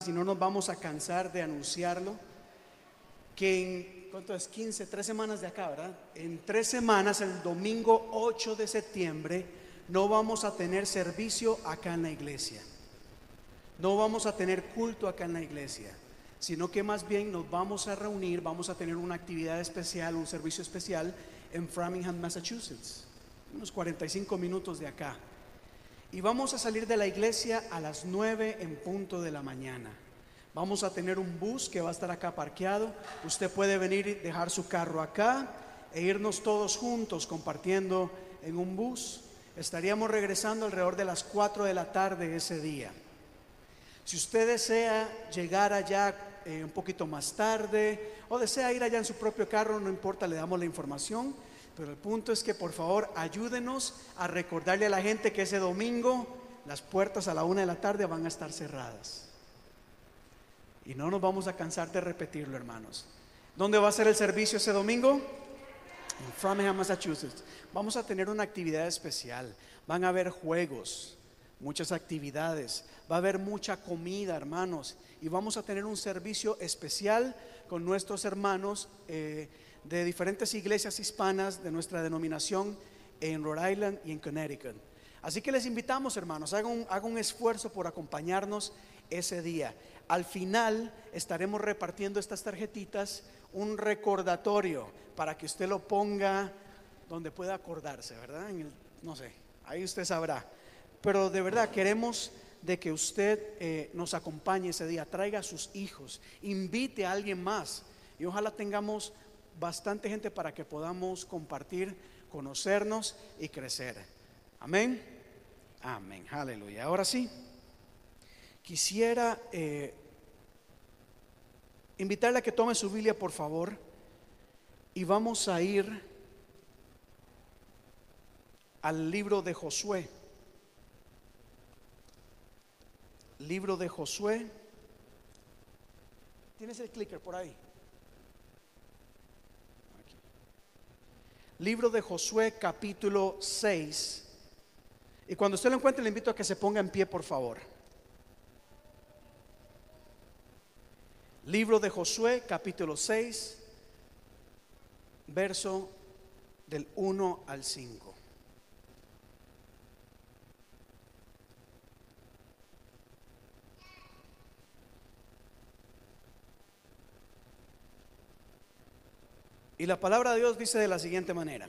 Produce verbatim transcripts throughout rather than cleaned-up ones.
Si no nos vamos a cansar de anunciarlo, que en, ¿cuánto es? quince, tres semanas de acá, ¿verdad? En tres semanas, el domingo ocho de septiembre, no vamos a tener servicio acá en la iglesia. No vamos a tener culto acá en la iglesia, sino que más bien nos vamos a reunir, vamos a tener una actividad especial, un servicio especial en Framingham, Massachusetts, unos cuarenta y cinco minutos de acá. Y vamos a salir de la iglesia a las nueve en punto de la mañana. Vamos a tener un bus que va a estar acá parqueado. Usted puede venir y dejar su carro acá e irnos todos juntos compartiendo en un bus. Estaríamos regresando alrededor de las cuatro de la tarde ese día. Si usted desea llegar allá eh, un poquito más tarde o desea ir allá en su propio carro, no importa, le damos la información. Pero el punto es que por favor ayúdenos a recordarle a la gente que ese domingo las puertas a la una de la tarde van a estar cerradas. Y no nos vamos a cansar de repetirlo, hermanos. ¿Dónde va a ser el servicio ese domingo? En Framingham, Massachusetts. Vamos a tener una actividad especial. Van a haber juegos, muchas actividades. Va a haber mucha comida, hermanos. Y vamos a tener un servicio especial con nuestros hermanos eh, de diferentes iglesias hispanas de nuestra denominación en Rhode Island y en Connecticut. Así que les invitamos, hermanos, hagan un, hagan un esfuerzo por acompañarnos ese día. Al final estaremos repartiendo estas tarjetitas, un recordatorio para que usted lo ponga donde pueda acordarse, ¿verdad? En el, no sé, ahí usted sabrá. Pero de verdad queremos de que usted eh, nos acompañe ese día, traiga a sus hijos, invite a alguien más y ojalá tengamos bastante gente para que podamos compartir, conocernos y crecer. Amén. Amén. Aleluya. Ahora sí, quisiera eh, invitarle a que tome su Biblia, por favor, y vamos a ir al libro de Josué. Libro de Josué. ¿Tienes el clicker por ahí? Aquí. Libro de Josué, capítulo seis. Y cuando usted lo encuentre, le invito a que se ponga en pie, por favor. Libro de Josué, capítulo seis, verso del uno al cinco. Y la palabra de Dios dice de la siguiente manera: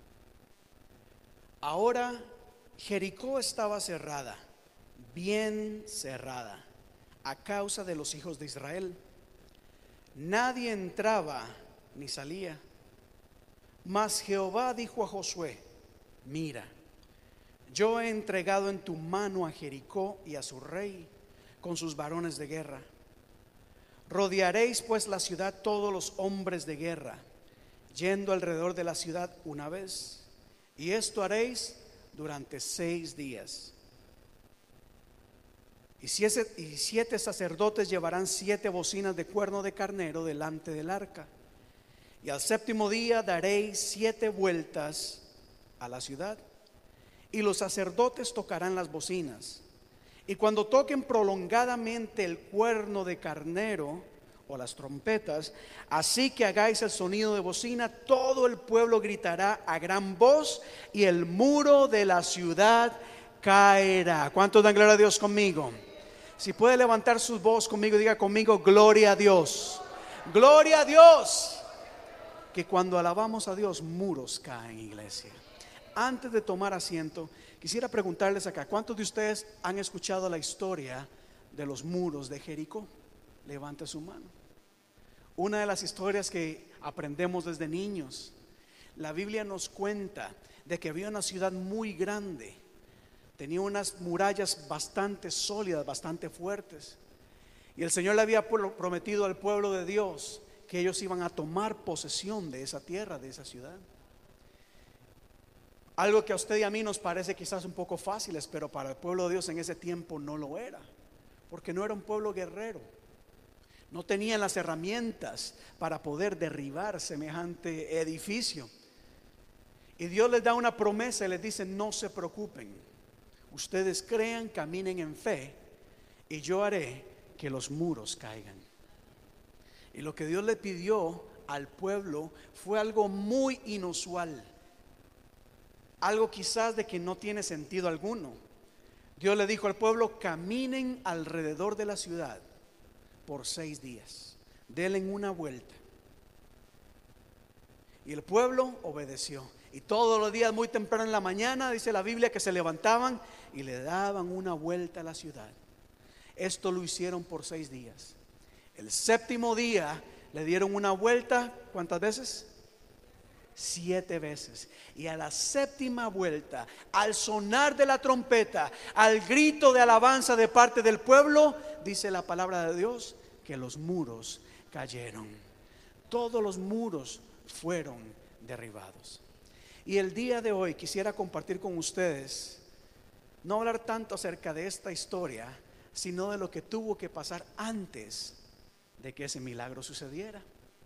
ahora Jericó estaba cerrada, bien cerrada, a causa de los hijos de Israel. Nadie entraba ni salía. Mas Jehová dijo a Josué: mira, yo he entregado en tu mano a Jericó y a su rey con sus varones de guerra. Rodearéis pues la ciudad todos los hombres de guerra, yendo alrededor de la ciudad una vez, y esto haréis durante seis días. Y siete, y siete sacerdotes llevarán siete bocinas de cuerno de carnero delante del arca. Y al séptimo día daréis siete vueltas a la ciudad, y los sacerdotes tocarán las bocinas. Y cuando toquen prolongadamente el cuerno de carnero o las trompetas, así que hagáis el sonido de bocina, todo el pueblo gritará a gran voz y el muro de la ciudad caerá. ¿Cuántos dan gloria a Dios conmigo? Si puede levantar su voz conmigo, diga conmigo: gloria a Dios, gloria a Dios. Que cuando alabamos a Dios, muros caen, iglesia. Antes de tomar asiento, quisiera preguntarles acá: ¿cuántos de ustedes han escuchado la historia de los muros de Jericó? Levante su mano. Una de las historias que aprendemos desde niños. La Biblia nos cuenta de que había una ciudad muy grande, tenía unas murallas bastante sólidas, bastante fuertes, y el Señor le había prometido al pueblo de Dios que ellos iban a tomar posesión de esa tierra, de esa ciudad. Algo que a usted y a mí nos parece quizás un poco fáciles, pero para el pueblo de Dios en ese tiempo no lo era, porque no era un pueblo guerrero. No tenían las herramientas para poder derribar semejante edificio. Y Dios les da una promesa y les dice: no se preocupen, ustedes crean, caminen en fe, y yo haré que los muros caigan. Y lo que Dios le pidió al pueblo fue algo muy inusual, algo quizás de que no tiene sentido alguno. Dios le dijo al pueblo: caminen alrededor de la ciudad por seis días, denle una vuelta. Y el pueblo obedeció. Y todos los días muy temprano en la mañana, dice la Biblia, que se levantaban y le daban una vuelta a la ciudad. Esto lo hicieron por seis días. El séptimo día le dieron una vuelta, ¿cuántas veces? Siete veces. Y a la séptima vuelta, al sonar de la trompeta, al grito de alabanza de parte del pueblo, dice la palabra de Dios que los muros cayeron. Todos los muros fueron derribados. Y el día de hoy quisiera compartir con ustedes, no hablar tanto acerca de esta historia, sino de lo que tuvo que pasar antes de que ese milagro sucediera.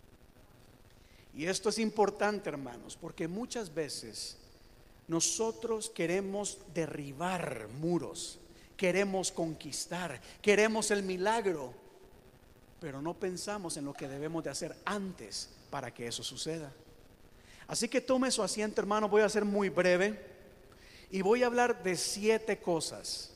Y esto es importante, hermanos, porque muchas veces nosotros queremos derribar muros, queremos conquistar, queremos el milagro, pero no pensamos en lo que debemos de hacer antes para que eso suceda. Así que tome su asiento, hermano. Voy a ser muy breve y voy a hablar de siete cosas.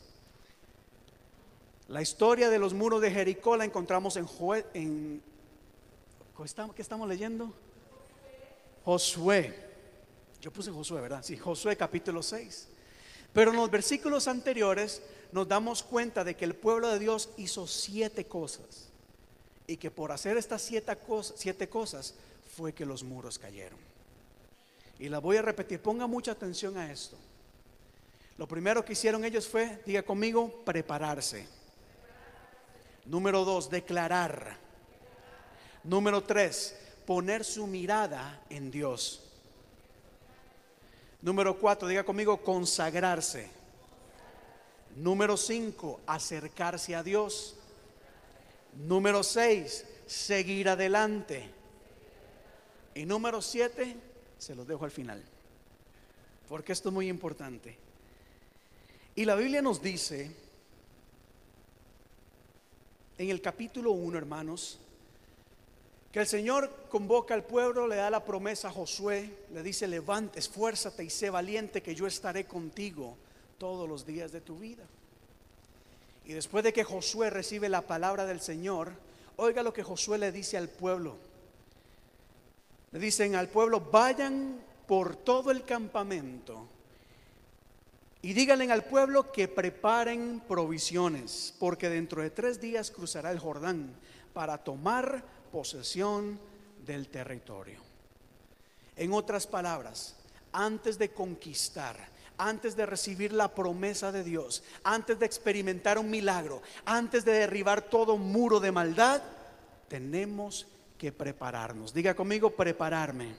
La historia de los muros de Jericó la encontramos en, Jue, en ¿qué estamos leyendo? Josué. Yo puse Josué, ¿verdad? Sí, Josué capítulo seis. Pero en los versículos anteriores nos damos cuenta de que el pueblo de Dios hizo siete cosas, y que por hacer estas siete cosas, siete cosas fue que los muros cayeron. Y la voy a repetir, ponga mucha atención a esto. Lo primero que hicieron ellos fue, diga conmigo, prepararse. Número dos, declarar. Número tres, poner su mirada en Dios. Número cuatro, diga conmigo, consagrarse. Número cinco, acercarse a Dios. Número seis, seguir adelante. Y número siete, se los dejo al final, porque esto es muy importante. Y la Biblia nos dice en el capítulo uno, hermanos, que el Señor convoca al pueblo, le da la promesa a Josué, le dice: levante, esfuérzate y sé valiente, que yo estaré contigo todos los días de tu vida. Y después de que Josué recibe la palabra del Señor, oiga lo que Josué le dice al pueblo. Le dicen al pueblo: vayan por todo el campamento y díganle al pueblo que preparen provisiones, porque dentro de tres días cruzará el Jordán para tomar posesión del territorio. En otras palabras, antes de conquistar, antes de recibir la promesa de Dios, antes de experimentar un milagro, antes de derribar todo muro de maldad, tenemos que prepararnos. Diga conmigo, prepararme.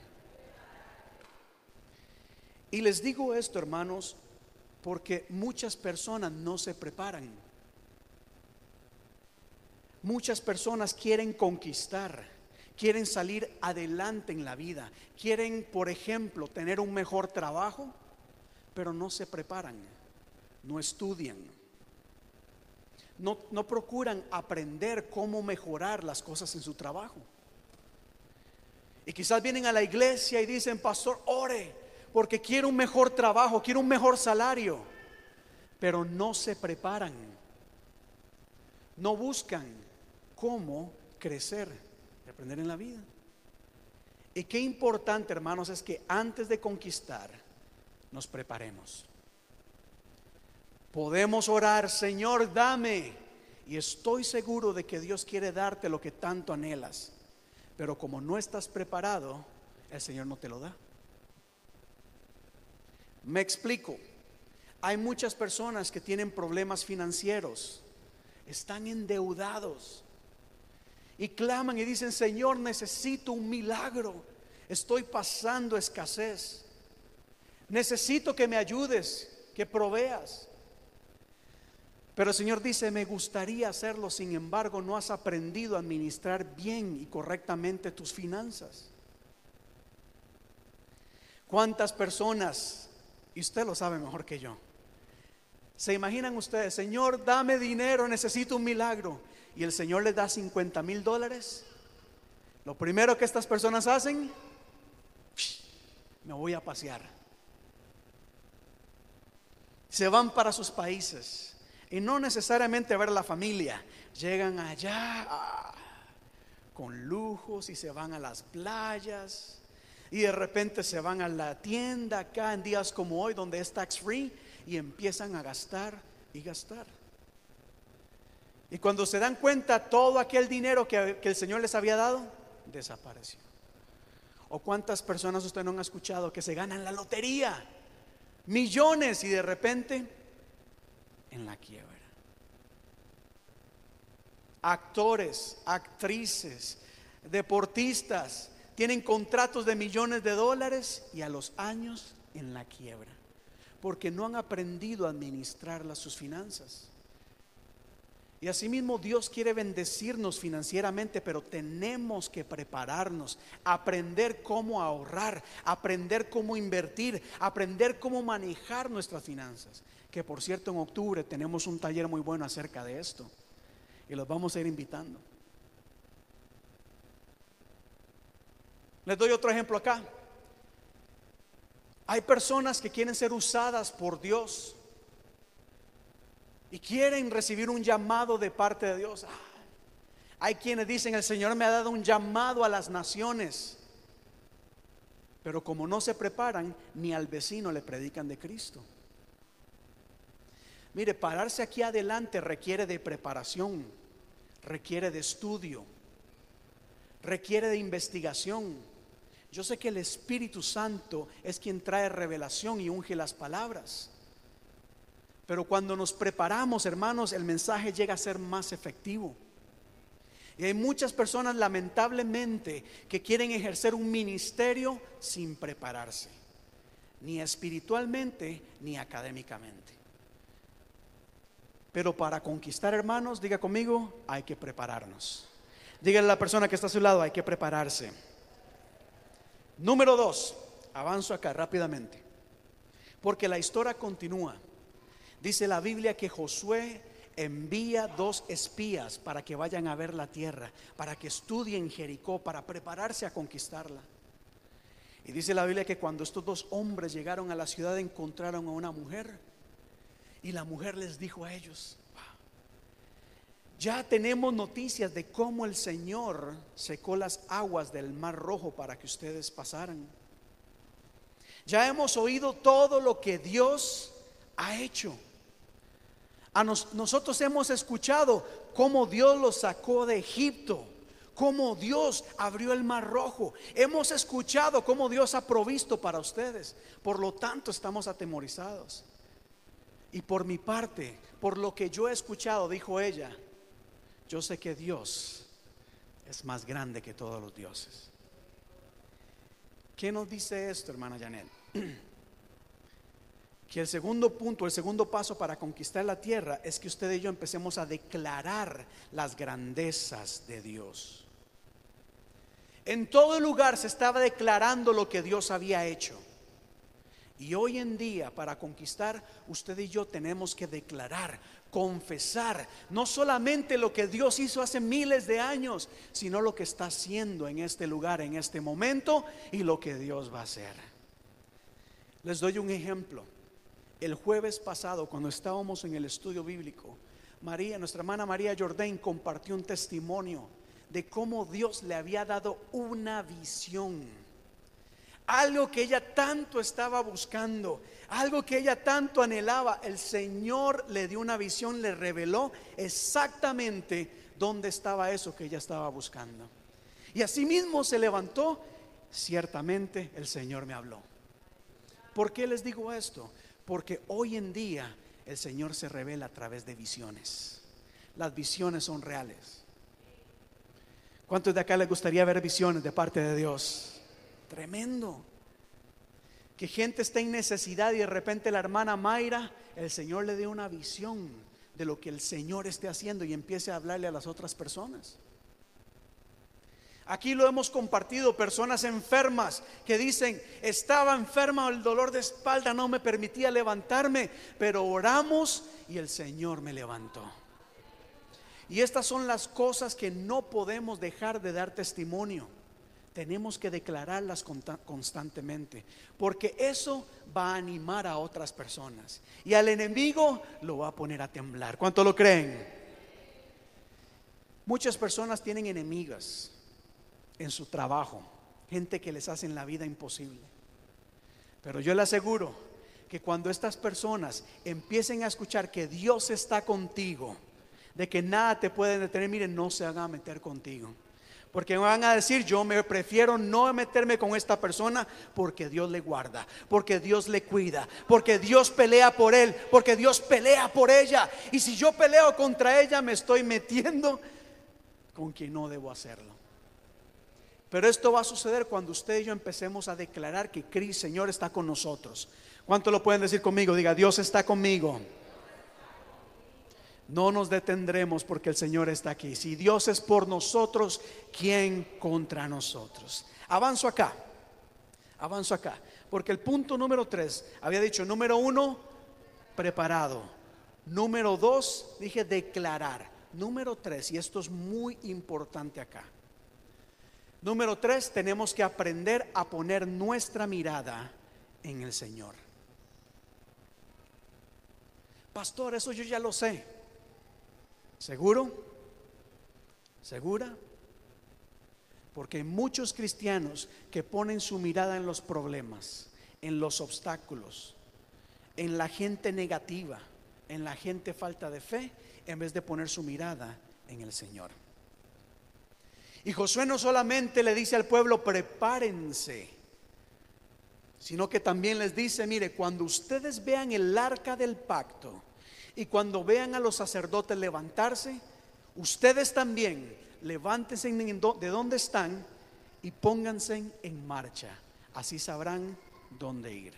Y les digo esto, hermanos, porque muchas personas no se preparan. Muchas personas quieren conquistar, quieren salir adelante en la vida, quieren, por ejemplo, tener un mejor trabajo, pero no se preparan, no estudian, no, no procuran aprender cómo mejorar las cosas en su trabajo. Y quizás vienen a la iglesia y dicen: pastor, ore, porque quiero un mejor trabajo, quiero un mejor salario, pero no se preparan, no buscan cómo crecer y aprender en la vida. Y qué importante, hermanos, es que antes de conquistar nos preparemos. Podemos orar: Señor, dame, y estoy seguro de que Dios quiere darte lo que tanto anhelas, pero como no estás preparado, el Señor no te lo da. Me explico. Hay muchas personas que tienen problemas financieros, están endeudados y claman y dicen: Señor, necesito un milagro, estoy pasando escasez, necesito que me ayudes, que proveas. Pero el Señor dice: me gustaría hacerlo, sin embargo no has aprendido a administrar bien y correctamente tus finanzas. ¿Cuántas personas, y usted lo sabe mejor que yo, se imaginan ustedes: Señor, dame dinero, necesito un milagro? y el Señor les da cincuenta mil dólares, lo primero que estas personas hacen, me voy a pasear. Se van para sus países y no necesariamente a ver a la familia. Llegan allá ah, con lujos y se van a las playas. Y de repente se van a la tienda acá en días como hoy, donde es tax free, y empiezan a gastar y gastar. Y cuando se dan cuenta, todo aquel dinero que, que el Señor les había dado desapareció. ¿O cuántas personas usted no ha escuchado que se ganan la lotería? Millones, y de repente en la quiebra. Actores, actrices, deportistas tienen contratos de millones de dólares y a los años en la quiebra, porque no han aprendido a administrar las, sus finanzas. Y asimismo Dios quiere bendecirnos financieramente, pero tenemos que prepararnos, aprender cómo ahorrar, aprender cómo invertir, aprender cómo manejar nuestras finanzas. Que por cierto, en octubre tenemos un taller muy bueno acerca de esto y los vamos a ir invitando. Les doy otro ejemplo acá. Hay personas que quieren ser usadas por Dios y quieren recibir un llamado de parte de Dios. Hay quienes dicen: el Señor me ha dado un llamado a las naciones, pero como no se preparan, ni al vecino le predican de Cristo. Mire, pararse aquí adelante requiere de preparación, requiere de estudio, requiere de investigación. Yo sé que el Espíritu Santo es quien trae revelación y unge las palabras, pero cuando nos preparamos, hermanos, el mensaje llega a ser más efectivo. Y hay muchas personas, lamentablemente, que quieren ejercer un ministerio sin prepararse, ni espiritualmente ni académicamente. Pero para conquistar, hermanos, diga conmigo, hay que prepararnos. Dígale a la persona que está a su lado: hay que prepararse. Número dos, avanzo acá rápidamente, porque la historia continúa. Dice la Biblia que Josué envía dos espías para que vayan a ver la tierra, para que estudien Jericó, para prepararse a conquistarla. Y dice la Biblia que cuando estos dos hombres llegaron a la ciudad, encontraron a una mujer, y la mujer les dijo a ellos: ya tenemos noticias de cómo el Señor secó las aguas del Mar Rojo para que ustedes pasaran. Ya hemos oído todo lo que Dios ha hecho. A nos, nosotros hemos escuchado cómo Dios los sacó de Egipto, cómo Dios abrió el Mar Rojo. Hemos escuchado cómo Dios ha provisto para ustedes. Por lo tanto, estamos atemorizados. Y por mi parte, por lo que yo he escuchado, dijo ella, yo sé que Dios es más grande que todos los dioses. ¿Qué nos dice esto, hermana Janet? Que el segundo punto, el segundo paso para conquistar la tierra es que usted y yo empecemos a declarar las grandezas de Dios. En todo lugar se estaba declarando lo que Dios había hecho. Y hoy en día, para conquistar, usted y yo tenemos que declarar, confesar, no solamente lo que Dios hizo hace miles de años, sino lo que está haciendo en este lugar, en este momento, y lo que Dios va a hacer. Les doy un ejemplo. El jueves pasado, cuando estábamos en el estudio bíblico, María, nuestra hermana María Jordan, compartió un testimonio de cómo Dios le había dado una visión, algo que ella tanto estaba buscando, algo que ella tanto anhelaba. El Señor le dio una visión, le reveló exactamente dónde estaba eso que ella estaba buscando. Y así mismo se levantó: ciertamente el Señor me habló. ¿Por qué les digo esto? Porque hoy en día el Señor se revela a través de visiones. Las visiones son reales. ¿Cuántos de acá les gustaría ver visiones de parte de Dios? Tremendo. Que gente está en necesidad y de repente la hermana Mayra, el Señor le dé una visión de lo que el Señor esté haciendo y empiece a hablarle a las otras personas. Aquí lo hemos compartido, personas enfermas que dicen: estaba enferma, el dolor de espalda no me permitía levantarme, pero oramos y el Señor me levantó. Y estas son las cosas que no podemos dejar de dar testimonio. Tenemos que declararlas constantemente, porque eso va a animar a otras personas y al enemigo lo va a poner a temblar. ¿Cuánto lo creen? Muchas personas tienen enemigas en su trabajo, gente que les hacen la vida imposible. Pero yo le aseguro que cuando estas personas empiecen a escuchar que Dios está contigo, de que nada te puede detener, miren, no se hagan a meter contigo. Porque van a decir, yo me prefiero no meterme con esta persona, porque Dios le guarda, porque Dios le cuida, porque Dios pelea por él, porque Dios pelea por ella. Y si yo peleo contra ella, me estoy metiendo con quien no debo hacerlo. Pero esto va a suceder cuando usted y yo empecemos a declarar que Cristo, Señor, está con nosotros. ¿Cuánto lo pueden decir conmigo? Diga, Dios está conmigo. No nos detendremos porque el Señor está aquí. Si Dios es por nosotros, ¿quién contra nosotros? Avanzo acá, avanzo acá, porque el punto número tres, había dicho, número uno, preparado. Número dos, dije declarar. Número tres, y esto es muy importante acá. Número tres, tenemos que aprender a poner nuestra mirada en el Señor. Pastor, eso yo ya lo sé. ¿Seguro? ¿Segura? Porque hay muchos cristianos que ponen su mirada en los problemas, en los obstáculos, en la gente negativa, en la gente falta de fe, en vez de poner su mirada en el Señor. Y Josué no solamente le dice al pueblo, prepárense, sino que también les dice, mire, cuando ustedes vean el arca del pacto y cuando vean a los sacerdotes levantarse, ustedes también levántense de donde están y pónganse en marcha. Así sabrán dónde ir.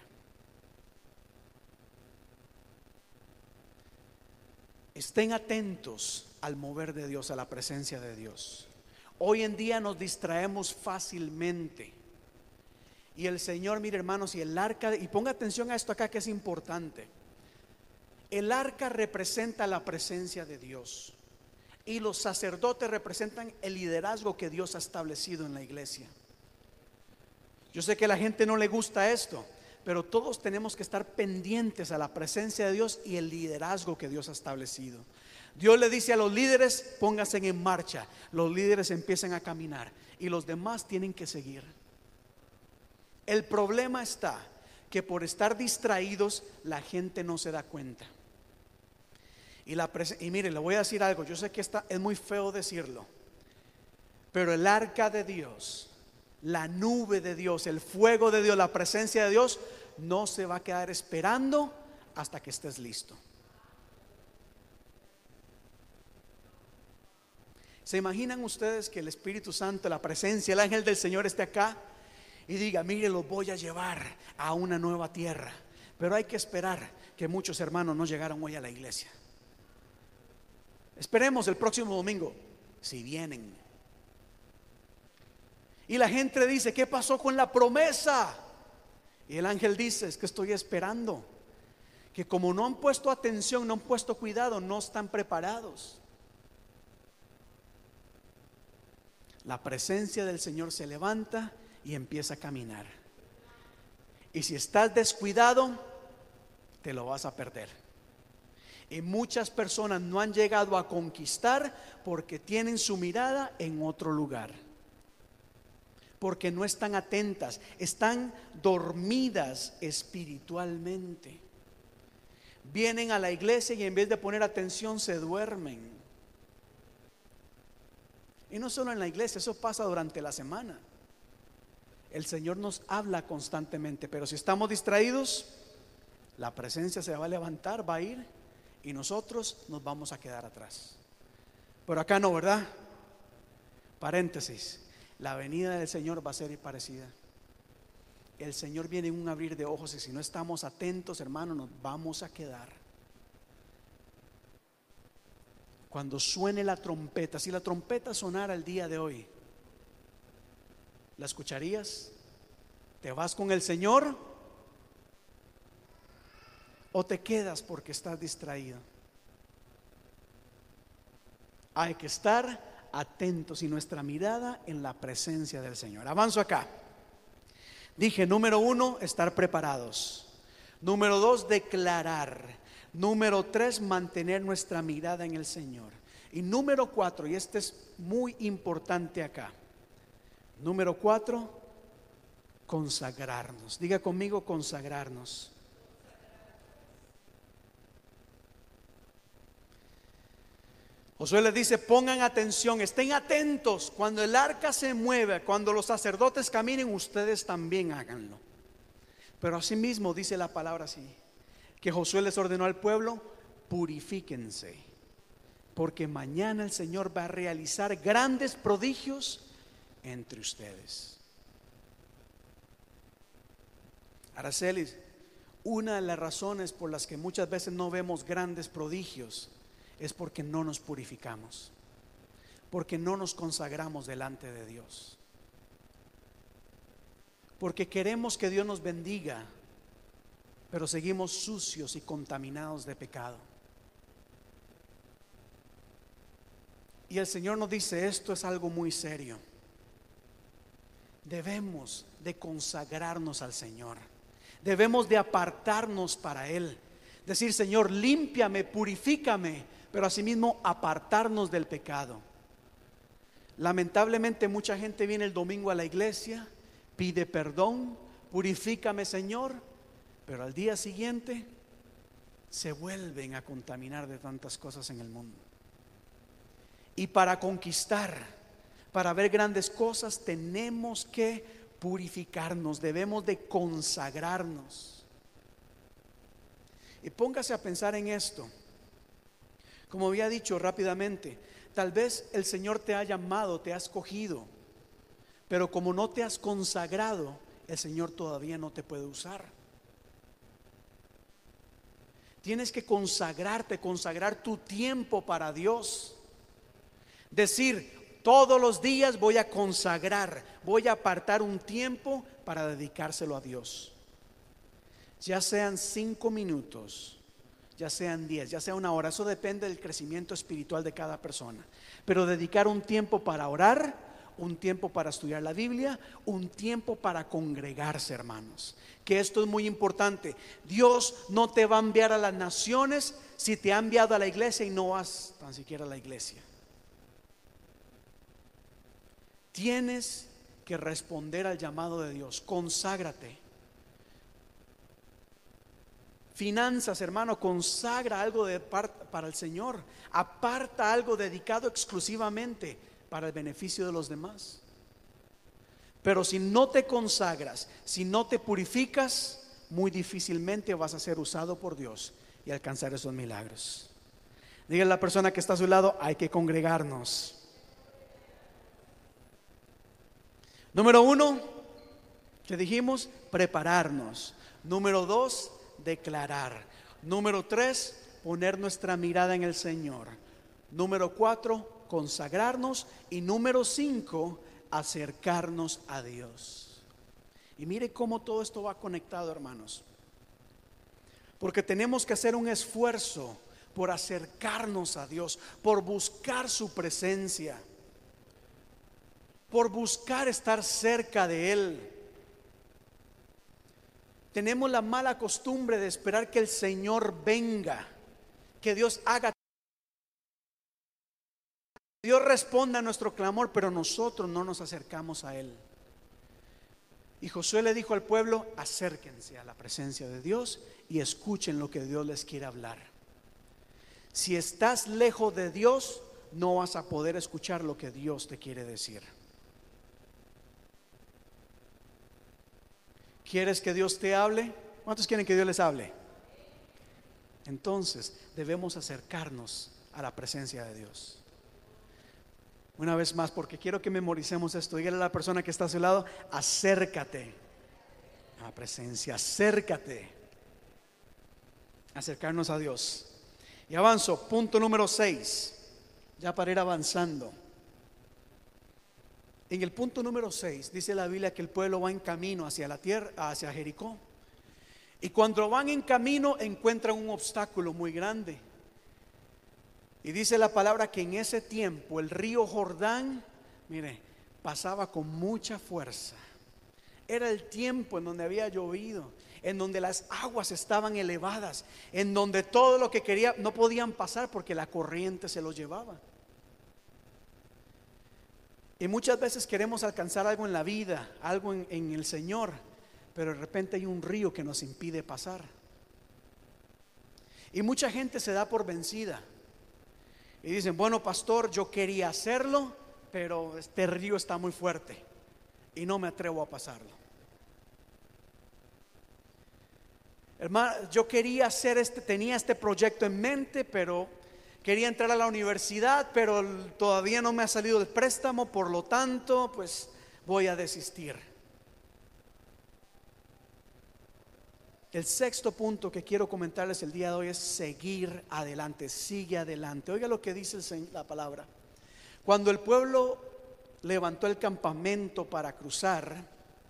Estén atentos al mover de Dios, a la presencia de Dios. Hoy en día nos distraemos fácilmente. Y el Señor, mire hermanos, y el arca, y ponga atención a esto acá que es importante. El arca representa la presencia de Dios y los sacerdotes representan el liderazgo que Dios ha establecido en la iglesia. Yo sé que a la gente no le gusta esto, pero todos tenemos que estar pendientes a la presencia de Dios y el liderazgo que Dios ha establecido. Dios le dice a los líderes, pónganse en marcha. Los líderes empiezan a caminar y los demás tienen que seguir. El problema está que por estar distraídos la gente no se da cuenta. Y, la presen- y mire, le voy a decir algo. Yo sé que está, es muy feo decirlo, pero el arca de Dios, la nube de Dios, el fuego de Dios, la presencia de Dios no se va a quedar esperando hasta que estés listo. ¿Se imaginan ustedes que el Espíritu Santo, la presencia, el ángel del Señor esté acá y diga, mire, los voy a llevar a una nueva tierra? Pero hay que esperar que muchos hermanos no llegaron hoy a la iglesia. Esperemos el próximo domingo, si vienen. Y la gente dice, ¿qué pasó con la promesa? Y el ángel dice, es que estoy esperando. Que como no han puesto atención, no han puesto cuidado, no están preparados. La presencia del Señor se levanta y empieza a caminar. Y si estás descuidado, te lo vas a perder. Y muchas personas no han llegado a conquistar porque tienen su mirada en otro lugar, porque no están atentas, están dormidas espiritualmente. Vienen a la iglesia y en vez de poner atención se duermen. Y no solo en la iglesia, eso pasa durante la semana. El Señor nos habla constantemente, pero si estamos distraídos, la presencia se va a levantar, va a ir y nosotros nos vamos a quedar atrás. Pero acá no, ¿verdad? Paréntesis, la venida del Señor va a ser parecida. El Señor viene en un abrir de ojos y si no estamos atentos, hermanos, nos vamos a quedar. Cuando suene la trompeta, si la trompeta sonara el día de hoy, ¿la escucharías? ¿Te vas con el Señor o te quedas porque estás distraído? Hay que estar atentos y nuestra mirada en la presencia del Señor. Avanzo acá. Dije, número uno, estar preparados. Número dos, declarar. Número tres, mantener nuestra mirada en el Señor. Y número cuatro, y este es muy importante acá. Número cuatro, consagrarnos. Diga conmigo, consagrarnos. Josué les dice, pongan atención, estén atentos. Cuando el arca se mueva, cuando los sacerdotes caminen, ustedes también háganlo. Pero asimismo dice la palabra así, que Josué les ordenó al pueblo, purifíquense, porque mañana el Señor va a realizar grandes prodigios entre ustedes. Aracelis, una de las razones por las que muchas veces no vemos grandes prodigios es porque no nos purificamos, porque no nos consagramos delante de Dios, porque queremos que Dios nos bendiga, pero seguimos sucios y contaminados de pecado. Y el Señor nos dice, esto es algo muy serio. Debemos de consagrarnos al Señor, debemos de apartarnos para Él, decir, Señor, límpiame, purifícame, pero asimismo apartarnos del pecado. Lamentablemente mucha gente viene el domingo a la iglesia, pide perdón, purifícame, Señor, pero al día siguiente se vuelven a contaminar de tantas cosas en el mundo. Y para conquistar, para ver grandes cosas, tenemos que purificarnos, debemos de consagrarnos. Y póngase a pensar en esto. Como había dicho rápidamente, tal vez el Señor te ha llamado, te ha escogido, pero como no te has consagrado, el Señor todavía no te puede usar. Tienes que consagrarte, consagrar tu tiempo para Dios. Decir, todos los días voy a consagrar, voy a apartar un tiempo para dedicárselo a Dios. Ya sean cinco minutos, ya sean diez, ya sea una hora, eso depende del crecimiento espiritual de cada persona. Pero dedicar un tiempo para orar, un tiempo para estudiar la Biblia, un tiempo para congregarse, hermanos. Que esto es muy importante. Dios no te va a enviar a las naciones si te ha enviado a la iglesia y no vas tan siquiera a la iglesia. Tienes que responder al llamado de Dios. Conságrate. Finanzas, hermano, consagra algo de parte para el Señor. Aparta algo dedicado exclusivamente para el beneficio de los demás. Pero si no te consagras, si no te purificas, muy difícilmente vas a ser usado por Dios y alcanzar esos milagros. Dígale a la persona que está a su lado, hay que congregarnos. Número uno, ¿qué dijimos? Prepararnos. Número dos, declarar. Número tres, poner nuestra mirada en el Señor. Número cuatro, consagrarnos. Y número cinco, acercarnos a Dios. Y mire cómo todo esto va conectado, hermanos, porque tenemos que hacer un esfuerzo por acercarnos a Dios, por buscar su presencia, por buscar estar cerca de Él. Tenemos la mala costumbre de esperar que el Señor venga, que Dios haga, Dios responda a nuestro clamor, pero nosotros no nos acercamos a Él. Y Josué le dijo al pueblo, acérquense a la presencia de Dios y escuchen lo que Dios les quiere hablar. Si estás lejos de Dios, no vas a poder escuchar lo que Dios te quiere decir. ¿Quieres que Dios te hable? ¿Cuántos quieren que Dios les hable? Entonces debemos acercarnos a la presencia de Dios. Una vez más, porque quiero que memoricemos esto. Dígale a la persona que está a su lado, acércate a la presencia, acércate. Acercarnos a Dios. Y avanzo, punto número seis, ya para ir avanzando. En el punto número seis dice la Biblia que el pueblo va en camino hacia la tierra, hacia Jericó. Y cuando van en camino encuentran un obstáculo muy grande. Y dice la palabra que en ese tiempo el río Jordán, mire, pasaba con mucha fuerza. Era el tiempo en donde había llovido, en donde las aguas estaban elevadas, en donde todo lo que quería no podían pasar porque la corriente se los llevaba. Y muchas veces queremos alcanzar algo en la vida, algo en, en el Señor, pero de repente hay un río que nos impide pasar. Y mucha gente se da por vencida y dicen: bueno, pastor, yo quería hacerlo, pero este río está muy fuerte y no me atrevo a pasarlo. Hermano, yo quería hacer este, tenía este proyecto en mente, pero quería entrar a la universidad, pero todavía no me ha salido el préstamo, por lo tanto, pues voy a desistir. El sexto punto que quiero comentarles el día de hoy es seguir adelante, sigue adelante. Oiga lo que dice la palabra. Cuando el pueblo levantó el campamento para cruzar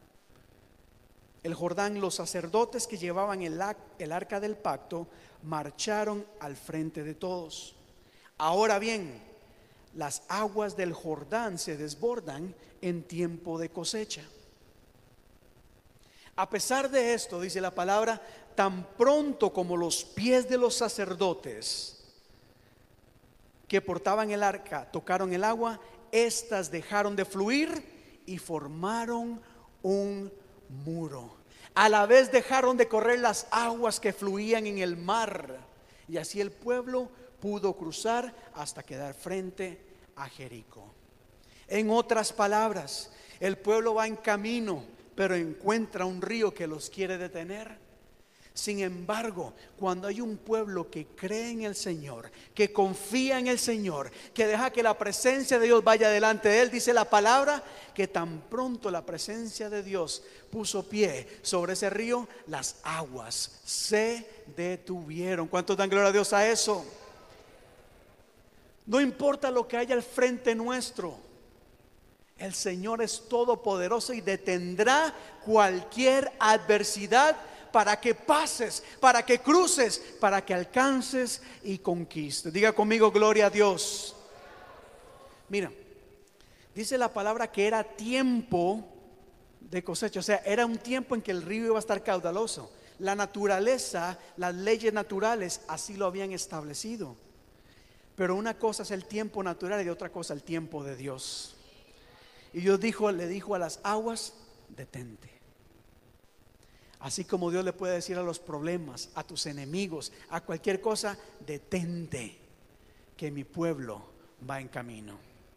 el Jordán, los sacerdotes que llevaban el, el arca del pacto marcharon al frente de todos. Ahora bien, las aguas del Jordán se desbordan en tiempo de cosecha. A pesar de esto, dice la palabra, tan pronto como los pies de los sacerdotes que portaban el arca tocaron el agua, éstas dejaron de fluir y formaron un muro. A la vez dejaron de correr las aguas que fluían en el mar, y así el pueblo pudo cruzar hasta quedar frente a Jericó. En otras palabras, el pueblo va en camino, pero encuentra un río que los quiere detener. Sin embargo, cuando hay un pueblo que cree en el Señor, que confía en el Señor, que deja que la presencia de Dios vaya delante de él, dice la palabra que tan pronto la presencia de Dios puso pie sobre ese río, las aguas se detuvieron. ¿Cuántos dan gloria a Dios a eso? No importa lo que haya al frente nuestro, el Señor es todopoderoso y detendrá cualquier adversidad para que pases, para que cruces, para que alcances y conquistes. Diga conmigo: gloria a Dios. Mira, dice la palabra que era tiempo de cosecha, o sea, era un tiempo en que el río iba a estar caudaloso. La naturaleza, las leyes naturales así lo habían establecido. Pero una cosa es el tiempo natural y otra cosa el tiempo de Dios. Y Dios dijo, le dijo a las aguas: detente. Así como Dios le puede decir a los problemas, a tus enemigos, a cualquier cosa: detente, que mi pueblo va en camino.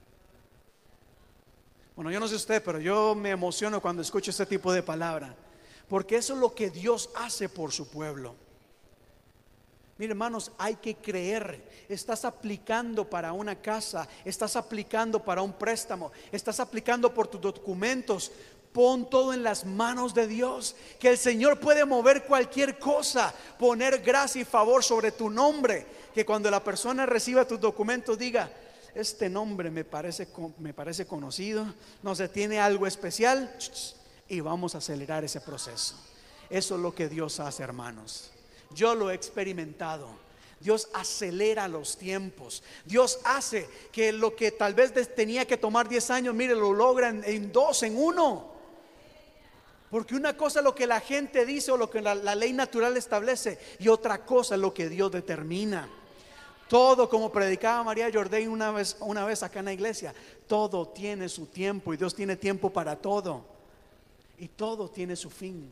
Bueno, yo no sé usted, pero yo me emociono cuando escucho este tipo de palabra, porque eso es lo que Dios hace por su pueblo. Mire, hermanos, hay que creer. Estás aplicando para una casa, estás aplicando para un préstamo, estás aplicando por tus documentos. Pon todo en las manos de Dios, que el Señor puede mover cualquier cosa, poner gracia y favor sobre tu nombre, que cuando la persona reciba tus documentos diga: este nombre me parece, me parece conocido, no sé, tiene algo especial, y vamos a acelerar ese proceso. Eso es lo que Dios hace, hermanos. Yo lo he experimentado. Dios acelera los tiempos. Dios hace que lo que tal vez tenía que tomar diez años, mire, lo logran en dos, en uno. Porque una cosa es lo que la gente dice o lo que la, la ley natural establece, y otra cosa es lo que Dios determina. Todo, como predicaba María Jordan una vez, una vez acá en la iglesia, todo tiene su tiempo, y Dios tiene tiempo para todo, y todo tiene su fin.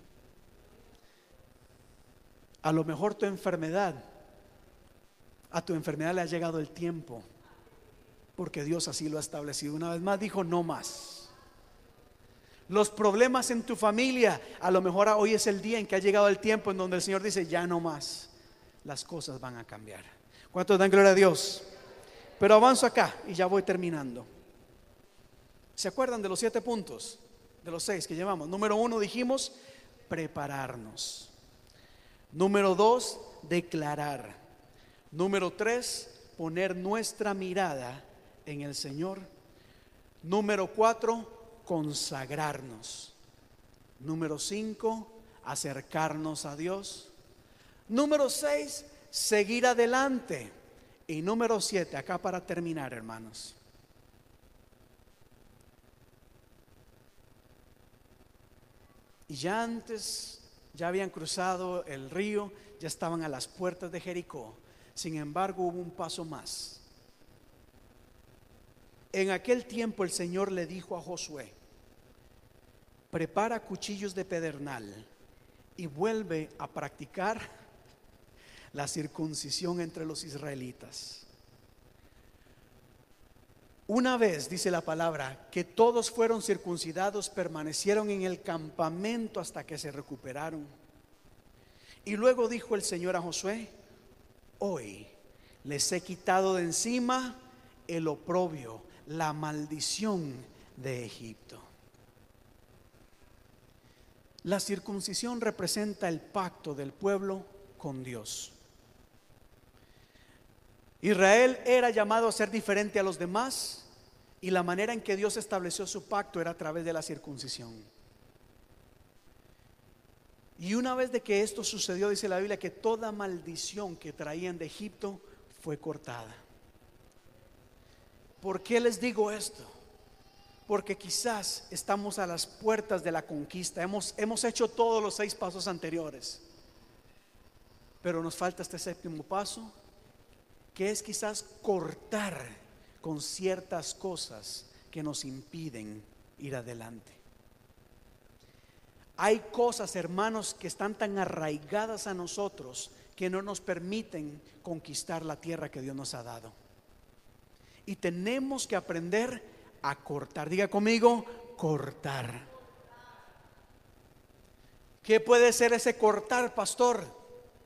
A lo mejor tu enfermedad, a tu enfermedad le ha llegado el tiempo, porque Dios así lo ha establecido. Una vez más dijo: no más. Los problemas en tu familia, a lo mejor hoy es el día en que ha llegado el tiempo en donde el Señor dice: ya no más, las cosas van a cambiar. ¿Cuántos dan gloria a Dios? Pero avanzo acá y ya voy terminando. ¿Se acuerdan de los siete puntos? De los seis que llevamos. Número uno dijimos: prepararnos. Número dos, declarar. Número tres, poner nuestra mirada en el Señor. Número cuatro, consagrarnos. Número cinco, acercarnos a Dios. Número seis, seguir adelante. Y número siete, acá para terminar, hermanos. Y ya antes, ya habían cruzado el río, ya estaban a las puertas de Jericó. Sin embargo, hubo un paso más. En aquel tiempo el Señor le dijo a Josué: prepara cuchillos de pedernal y vuelve a practicar la circuncisión entre los israelitas. Una vez, dice la palabra, que todos fueron circuncidados, permanecieron en el campamento hasta que se recuperaron. Y luego dijo el Señor a Josué: hoy les he quitado de encima el oprobio, la maldición de Egipto. La circuncisión representa el pacto del pueblo con Dios. Israel era llamado a ser diferente a los demás, y la manera en que Dios estableció su pacto era a través de la circuncisión. Y una vez de que esto sucedió, dice la Biblia que toda maldición que traían de Egipto fue cortada. ¿Por qué les digo esto? Porque quizás estamos a las puertas de la conquista. Hemos, hemos hecho todos los seis pasos anteriores, pero nos falta este séptimo paso, que es quizás cortar con ciertas cosas que nos impiden ir adelante. Hay cosas, hermanos, que están tan arraigadas a nosotros que no nos permiten conquistar la tierra que Dios nos ha dado. Y tenemos que aprender a cortar. Diga conmigo, cortar. ¿Qué puede ser ese cortar, pastor?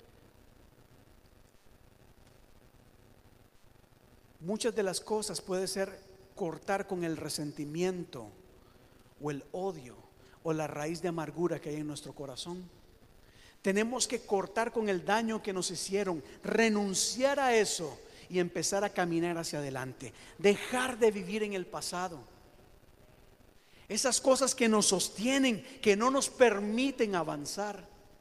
Muchas de las cosas puede ser cortar con el resentimiento o el odio o la raíz de amargura que hay en nuestro corazón. Tenemos que cortar con el daño que nos hicieron, renunciar a eso y empezar a caminar hacia adelante, dejar de vivir en el pasado. Esas cosas que nos sostienen, que no nos permiten avanzar.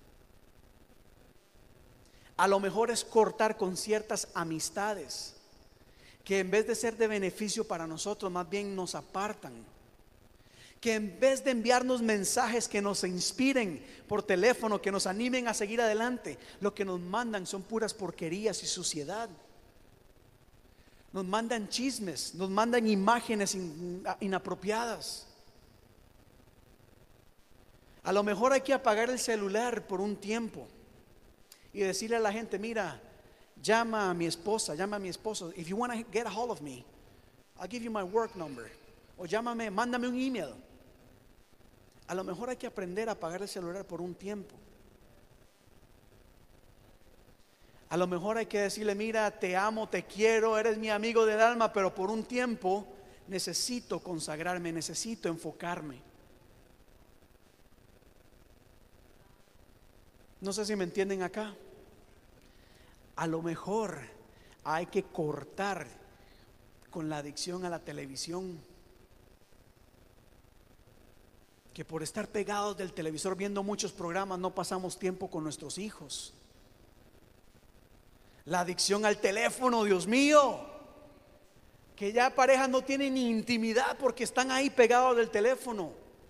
A lo mejor es cortar con ciertas amistades que en vez de ser de beneficio para nosotros, más bien nos apartan. Que en vez de enviarnos mensajes que nos inspiren por teléfono, que nos animen a seguir adelante, lo que nos mandan son puras porquerías y suciedad. Nos mandan chismes, nos mandan imágenes in, inapropiadas. A lo mejor hay que apagar el celular por un tiempo y decirle a la gente: mira, llama a mi esposa, llama a mi esposo. If you want to get a hold of me, I'll give you my work number. O llámame, mándame un email. A lo mejor hay que aprender a apagar el celular por un tiempo. A lo mejor hay que decirle: mira, te amo, te quiero, eres mi amigo del alma, pero por un tiempo necesito consagrarme, necesito enfocarme. No sé si me entienden acá. A lo mejor hay que cortar con la adicción a la televisión, que por estar pegados del televisor viendo muchos programas no pasamos tiempo con nuestros hijos. La adicción al teléfono, Dios mío, que ya parejas no tienen ni intimidad porque están ahí pegados del teléfono.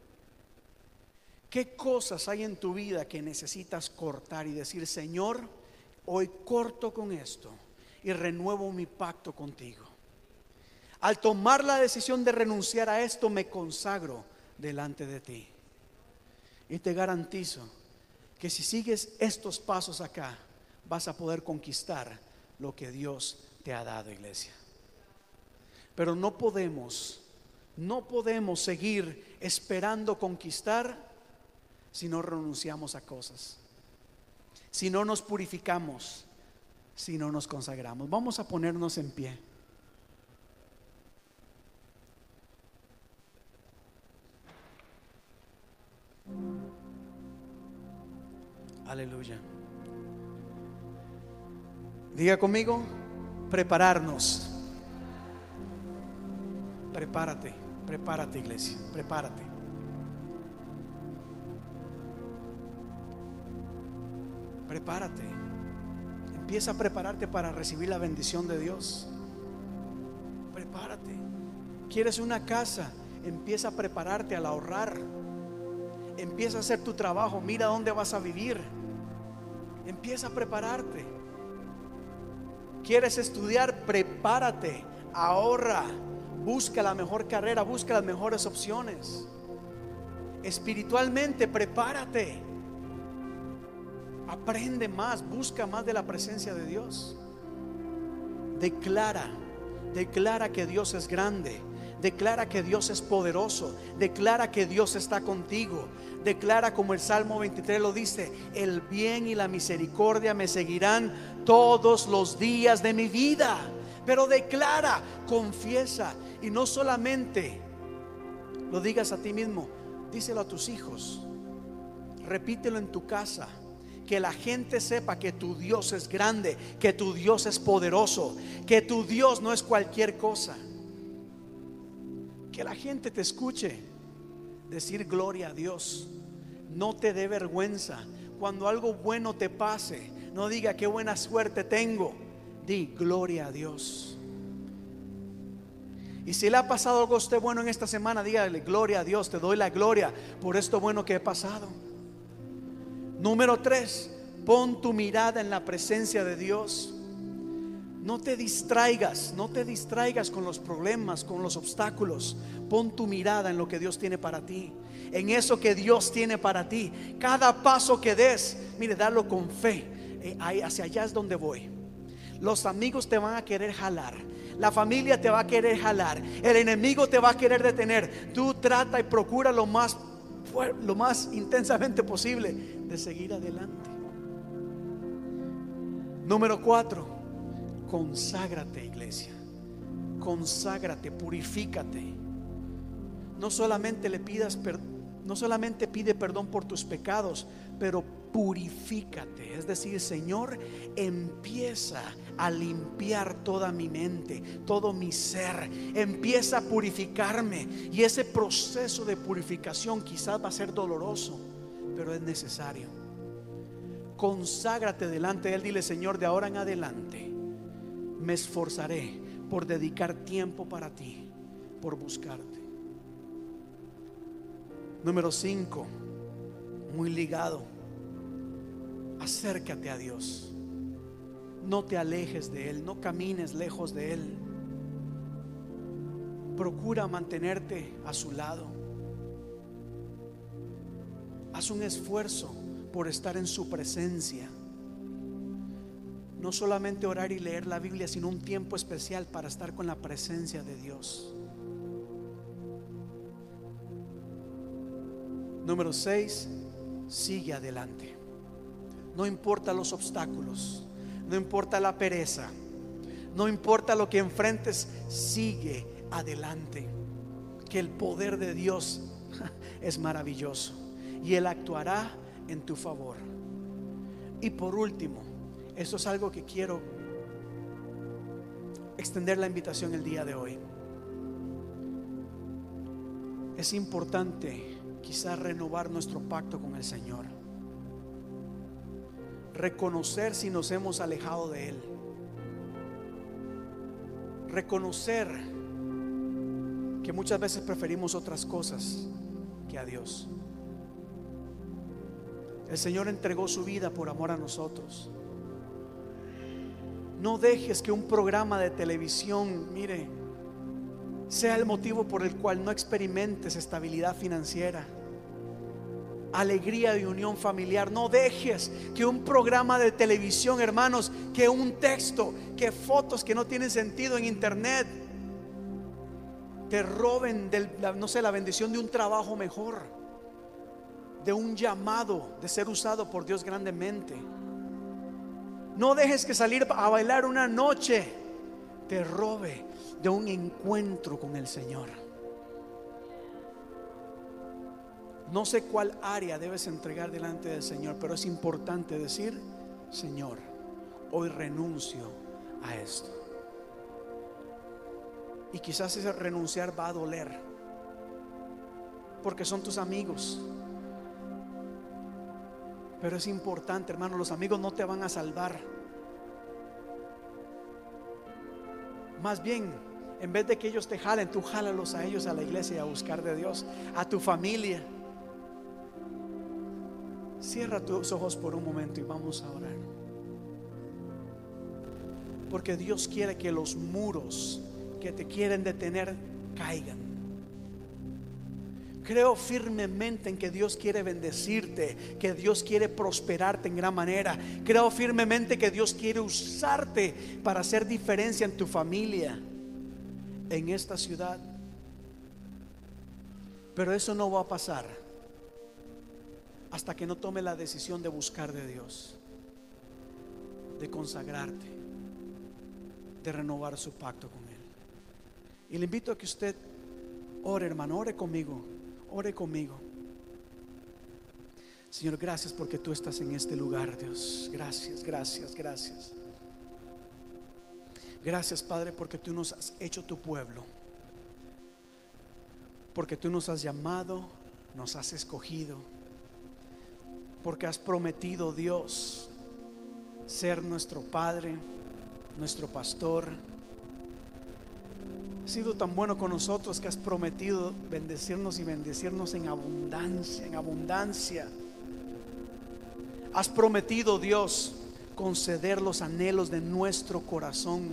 ¿Qué cosas hay en tu vida que necesitas cortar y decir: Señor, hoy corto con esto y renuevo mi pacto contigo? Al tomar la decisión de renunciar a esto, me consagro delante de ti. Y te garantizo que si sigues estos pasos acá, vas a poder conquistar lo que Dios te ha dado, iglesia. Pero no podemos, no podemos seguir esperando conquistar si no renunciamos a cosas, si no nos purificamos, si no nos consagramos. Vamos a ponernos en pie. Aleluya. Diga conmigo: prepararnos. Prepárate, prepárate, iglesia, prepárate. Prepárate. empieza a prepararte para recibir la bendición de Dios. Prepárate. ¿Quieres una casa? Empieza a prepararte al ahorrar. Empieza a hacer tu trabajo. Mira dónde vas a vivir. Empieza a prepararte. ¿Quieres estudiar? Prepárate. Ahorra. Busca la mejor carrera. Busca las mejores opciones. Espiritualmente, prepárate. Aprende más. Busca más de la presencia de Dios. Declara. Declara que Dios es grande. Declara que Dios es poderoso. Declara que Dios está contigo. Declara, como el Salmo veintitrés lo dice: el bien y la misericordia me seguirán todos los días de mi vida. Pero declara, confiesa, y no solamente lo digas a ti mismo, díselo a tus hijos. Repítelo en tu casa. Que la gente sepa que tu Dios es grande, que tu Dios es poderoso, que tu Dios no es cualquier cosa. Que la gente te escuche decir gloria a Dios. No te dé vergüenza. Cuando algo bueno te pase, no diga qué buena suerte tengo. Di gloria a Dios. Y si le ha pasado algo a usted bueno en esta semana, dígale gloria a Dios. Te doy la gloria por esto bueno que he pasado. Número tres, pon tu mirada en la presencia de Dios. No te distraigas, no te distraigas con los problemas, con los obstáculos. Pon tu mirada en lo que Dios tiene para ti, en eso que Dios tiene para ti. Cada paso que des, mire, darlo con fe. Eh, ahí, hacia allá es donde voy. Los amigos te van a querer jalar, la familia te va a querer jalar, el enemigo te va a querer detener. Tú trata y procura lo más lo más intensamente posible de seguir adelante. Número cuatro, conságrate, iglesia. Conságrate, purifícate. No solamente le pidas perdón, no solamente pide perdón por tus pecados, pero purifícate. Es decir, Señor, empieza a limpiar toda mi mente, todo mi ser. Empieza a purificarme. Y ese proceso de purificación quizás va a ser doloroso, pero es necesario. Conságrate delante de Él. Dile: Señor, de ahora en adelante me esforzaré por dedicar tiempo para ti, por buscarte. Número cinco, muy ligado: acércate a Dios. No te alejes de Él, no camines lejos de Él. Procura mantenerte a su lado. Haz un esfuerzo por estar en su presencia. No solamente orar y leer la Biblia, sino un tiempo especial para estar con la presencia de Dios. Número seis, sigue adelante. No importa los obstáculos, no importa la pereza, no importa lo que enfrentes, sigue adelante. Que el poder de Dios es maravilloso y Él actuará en tu favor. Y por último, esto es algo que quiero extender la invitación el día de hoy. Es importante quizás renovar nuestro pacto con el Señor. Reconocer si nos hemos alejado de Él. Reconocer que muchas veces preferimos otras cosas que a Dios. El Señor entregó su vida por amor a nosotros. No dejes que un programa de televisión, mire, sea el motivo por el cual no experimentes estabilidad financiera, alegría y unión familiar. No dejes que un programa de televisión, hermanos, que un texto, que fotos que no tienen sentido en internet te roben del, no sé, la bendición de un trabajo mejor, de un llamado, de ser usado por Dios grandemente. No dejes que salir a bailar una noche te robe de un encuentro con el Señor. No sé cuál área debes entregar delante del Señor, pero es importante decir: Señor, hoy renuncio a esto. Y quizás ese renunciar va a doler, porque son tus amigos. Pero es importante, hermano, los amigos no te van a salvar. Más bien, en vez de que ellos te jalen, tú jálalos a ellos a la iglesia y a buscar de Dios, a tu familia. Cierra tus ojos por un momento y vamos a orar. Porque Dios quiere que los muros que te quieren detener caigan. Creo firmemente en que Dios quiere bendecirte, que Dios quiere prosperarte en gran manera. Creo firmemente que Dios quiere usarte para hacer diferencia en tu familia, en esta ciudad. Pero eso no va a pasar hasta que no tome la decisión de buscar de Dios, de consagrarte, de renovar su pacto con Él. Y le invito a que usted ore, hermano, ore conmigo. Ore conmigo. Señor, gracias porque tú estás en este lugar, Dios. Gracias, gracias, gracias. Gracias, Padre, porque tú nos has hecho tu pueblo, porque tú nos has llamado, nos has escogido, porque has prometido, Dios, ser nuestro Padre, nuestro pastor. Has sido tan bueno con nosotros que has prometido bendecirnos y bendecirnos en abundancia, en abundancia. Has prometido, Dios, conceder los anhelos de nuestro corazón.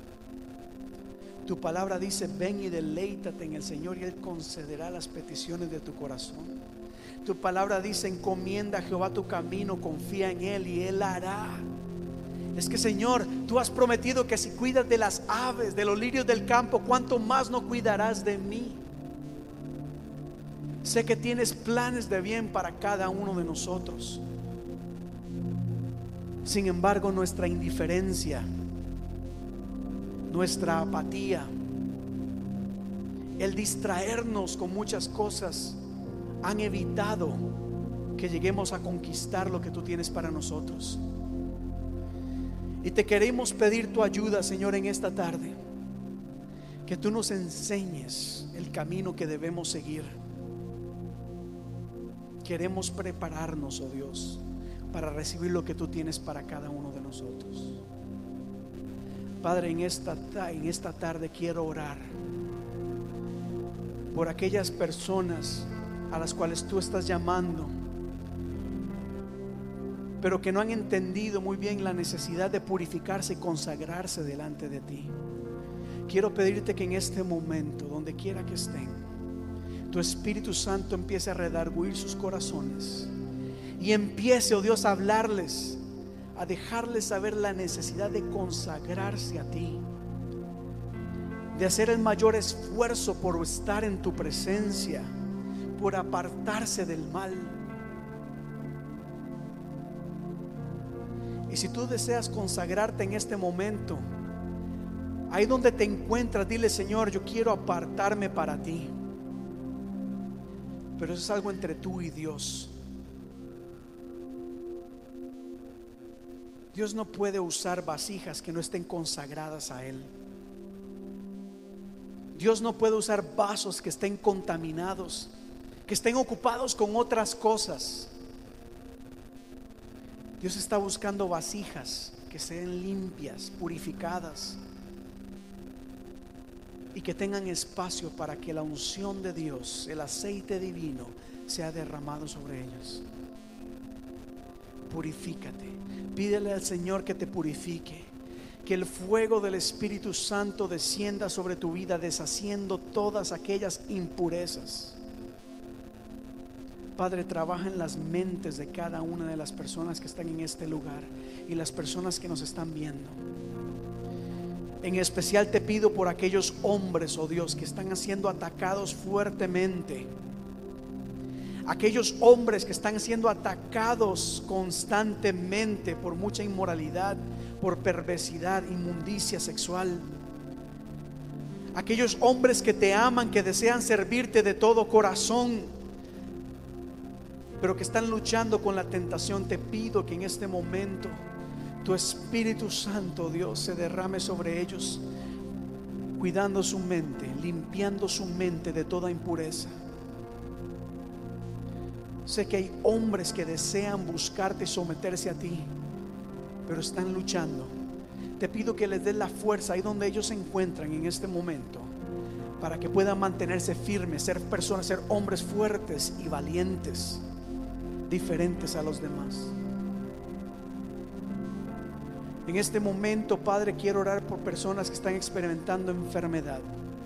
Tu palabra dice: ven y deleítate en el Señor y Él concederá las peticiones de tu corazón. Tu palabra dice: encomienda a Jehová tu camino, confía en Él y Él hará. Es que, Señor, tú has prometido que si cuidas de las aves, de los lirios del campo, ¿cuánto más no cuidarás de mí? Sé que tienes planes de bien para cada uno de nosotros. Sin embargo, nuestra indiferencia, nuestra apatía, el distraernos con muchas cosas han evitado que lleguemos a conquistar lo que tú tienes para nosotros. Y te queremos pedir tu ayuda, Señor, en esta tarde, que tú nos enseñes el camino que debemos seguir. Queremos prepararnos, oh Dios, para recibir lo que tú tienes para cada uno de nosotros. Padre, en esta, en esta tarde quiero orar por aquellas personas a las cuales tú estás llamando, pero que no han entendido muy bien la necesidad de purificarse y consagrarse delante de ti. Quiero pedirte que en este momento, donde quiera que estén, tu Espíritu Santo empiece a redarguir sus corazones y empiece, oh Dios, a hablarles, a dejarles saber la necesidad de consagrarse a ti, de hacer el mayor esfuerzo por estar en tu presencia, por apartarse del mal. Y si tú deseas consagrarte en este momento, ahí donde te encuentras, dile: Señor, yo quiero apartarme para ti. Pero eso es algo entre tú y Dios. Dios no puede usar vasijas que no estén consagradas a Él. Dios no puede usar vasos que estén contaminados, que estén ocupados con otras cosas. Dios está buscando vasijas que sean limpias, purificadas, y que tengan espacio para que la unción de Dios, el aceite divino, sea derramado sobre ellos. Purifícate, pídele al Señor que te purifique, que el fuego del Espíritu Santo descienda sobre tu vida, deshaciendo todas aquellas impurezas. Padre, trabaja en las mentes de cada una de las personas que están en este lugar y las personas que nos están viendo. En especial te pido por aquellos hombres, oh Dios, que están siendo atacados fuertemente. Aquellos hombres que están siendo atacados constantemente por mucha inmoralidad, por perversidad, inmundicia sexual. Aquellos hombres que te aman, que desean servirte de todo corazón, pero que están luchando con la tentación. Te pido que en este momento tu Espíritu Santo, Dios, se derrame sobre ellos, cuidando su mente, limpiando su mente de toda impureza. Sé que hay hombres que desean buscarte y someterse a ti, pero están luchando. te pido que les des la fuerza ahí donde ellos se encuentran en este momento, para que puedan mantenerse firmes, ser personas, ser hombres fuertes y valientes, diferentes a los demás. En este momento, Padre, quiero orar por personas que están experimentando enfermedad.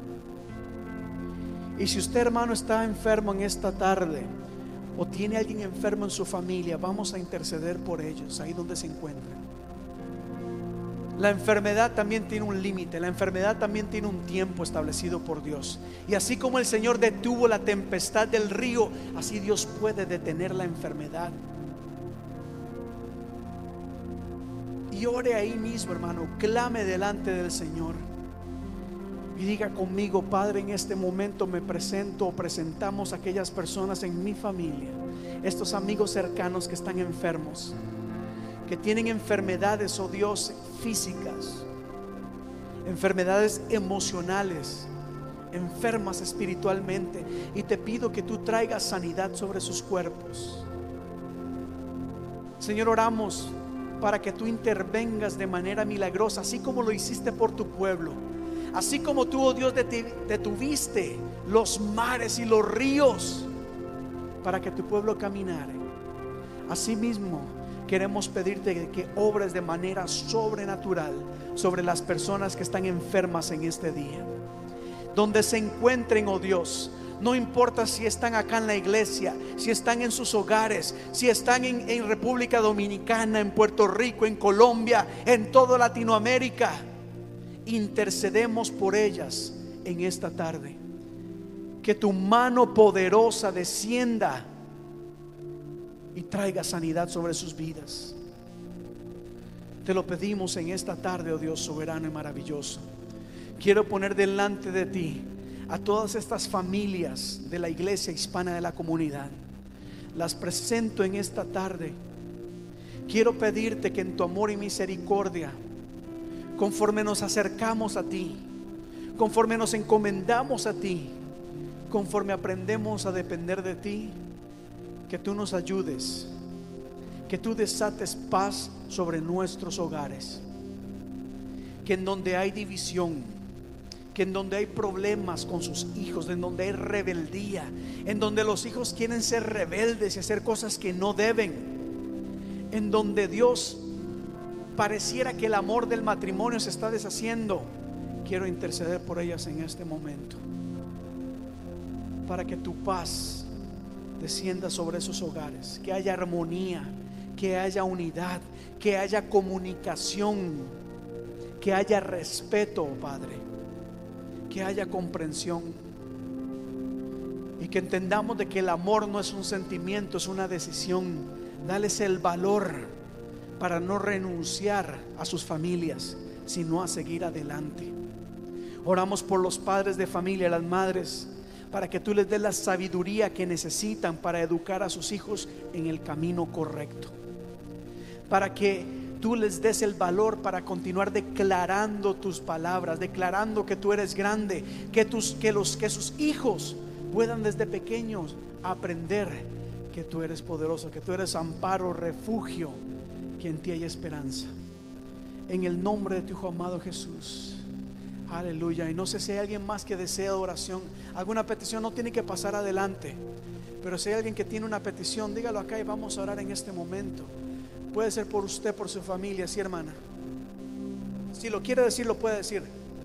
Y si usted, hermano, está enfermo en esta tarde, o tiene alguien enfermo en su familia, vamos a interceder por ellos ahí donde se encuentran. La enfermedad también tiene un límite, la enfermedad también tiene un tiempo establecido por Dios. Y así como el Señor detuvo la tempestad del río, así Dios puede detener la enfermedad. Y ore ahí mismo, hermano, clame delante del Señor y diga conmigo: Padre, en este momento me presento o presentamos a aquellas personas en mi familia, estos amigos cercanos que están enfermos, que tienen enfermedades, oh Dios, físicas, enfermedades emocionales, enfermas espiritualmente, y te pido que tú traigas sanidad sobre sus cuerpos. Señor, oramos para que tú intervengas de manera milagrosa, así como lo hiciste por tu pueblo, así como tú, oh Dios, detuviste los mares y los ríos para que tu pueblo caminara. Así mismo queremos pedirte que obres de manera sobrenatural sobre las personas que están enfermas en este día, donde se encuentren, oh Dios. No importa si están acá en la iglesia, si están en sus hogares, si están en, en República Dominicana, en Puerto Rico, en Colombia, en toda Latinoamérica. Intercedemos por ellas en esta tarde. Que tu mano poderosa descienda y traiga sanidad sobre sus vidas. Te lo pedimos en esta tarde, oh Dios soberano y maravilloso. Quiero poner delante de ti a todas estas familias de la iglesia hispana de la comunidad. Las presento en esta tarde. Quiero pedirte que en tu amor y misericordia, conforme nos acercamos a ti, conforme nos encomendamos a ti, conforme aprendemos a depender de ti, que tú nos ayudes, que tú desates paz sobre nuestros hogares, que en donde hay división, que en donde hay problemas con sus hijos, en donde hay rebeldía, en donde los hijos quieren ser rebeldes y hacer cosas que no deben, en donde, Dios, pareciera que el amor del matrimonio se está deshaciendo, quiero interceder por ellas en este momento, para que tu paz descienda sobre esos hogares, que haya armonía, que haya unidad, que haya comunicación, que haya respeto, Padre, que haya comprensión, y que entendamos de que el amor no es un sentimiento, es una decisión. Dales el valor para no renunciar a sus familias, sino a seguir adelante. Oramos por los padres de familia, las madres, para que tú les des la sabiduría que necesitan para educar a sus hijos en el camino correcto, para que tú les des el valor para continuar declarando tus palabras, declarando que tú eres grande, que, tus, que, los, que sus hijos puedan desde pequeños aprender que tú eres poderoso, que tú eres amparo, refugio, que en ti hay esperanza. En el nombre de tu Hijo amado Jesús. Aleluya. Y no sé si hay alguien más que desea oración, alguna petición, no tiene que pasar adelante, pero si hay alguien que tiene una petición, dígalo acá y vamos a orar en este momento. Puede ser por usted, por su familia, sí, hermana. Si lo quiere decir, lo puede decir.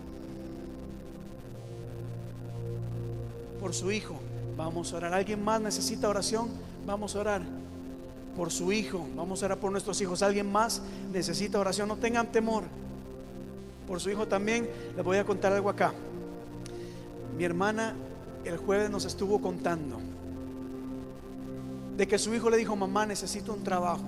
Por su hijo, vamos a orar. ¿Alguien más necesita oración? Vamos a orar por su hijo, vamos a orar por nuestros hijos. ¿Alguien más necesita oración? No tengan temor. Por su hijo también. Les voy a contar algo acá. Mi hermana el jueves nos estuvo contando de que su hijo le dijo: mamá, necesito un trabajo.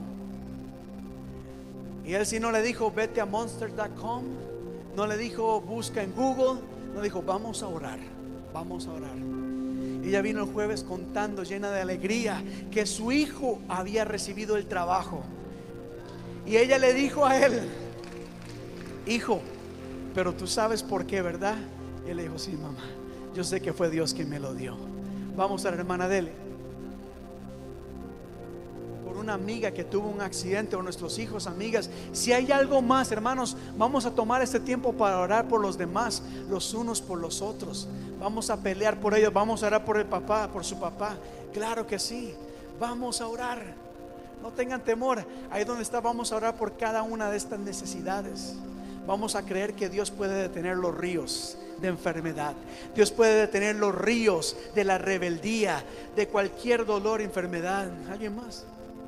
Y él sí no le dijo vete a monster punto com, no le dijo busca en Google, no dijo vamos a orar, vamos a orar. Y ella vino el jueves contando, llena de alegría, que su hijo había recibido el trabajo. Y ella le dijo a él: hijo, pero tú sabes por qué, ¿verdad? Y él le dijo: sí, mamá, yo sé que fue Dios quien me lo dio. Vamos a la hermana, dele. Por una amiga que tuvo un accidente, o nuestros hijos, amigas. Si hay algo más, hermanos, vamos a tomar este tiempo para orar por los demás, los unos por los otros. Vamos a pelear por ellos, vamos a orar por el papá, por su papá. Claro que sí, vamos a orar. No tengan temor, ahí donde está vamos a orar por cada una de estas necesidades. Vamos a creer que Dios puede detener los ríos de enfermedad. Dios puede detener los ríos de la rebeldía, de cualquier dolor, enfermedad. ¿Alguien más?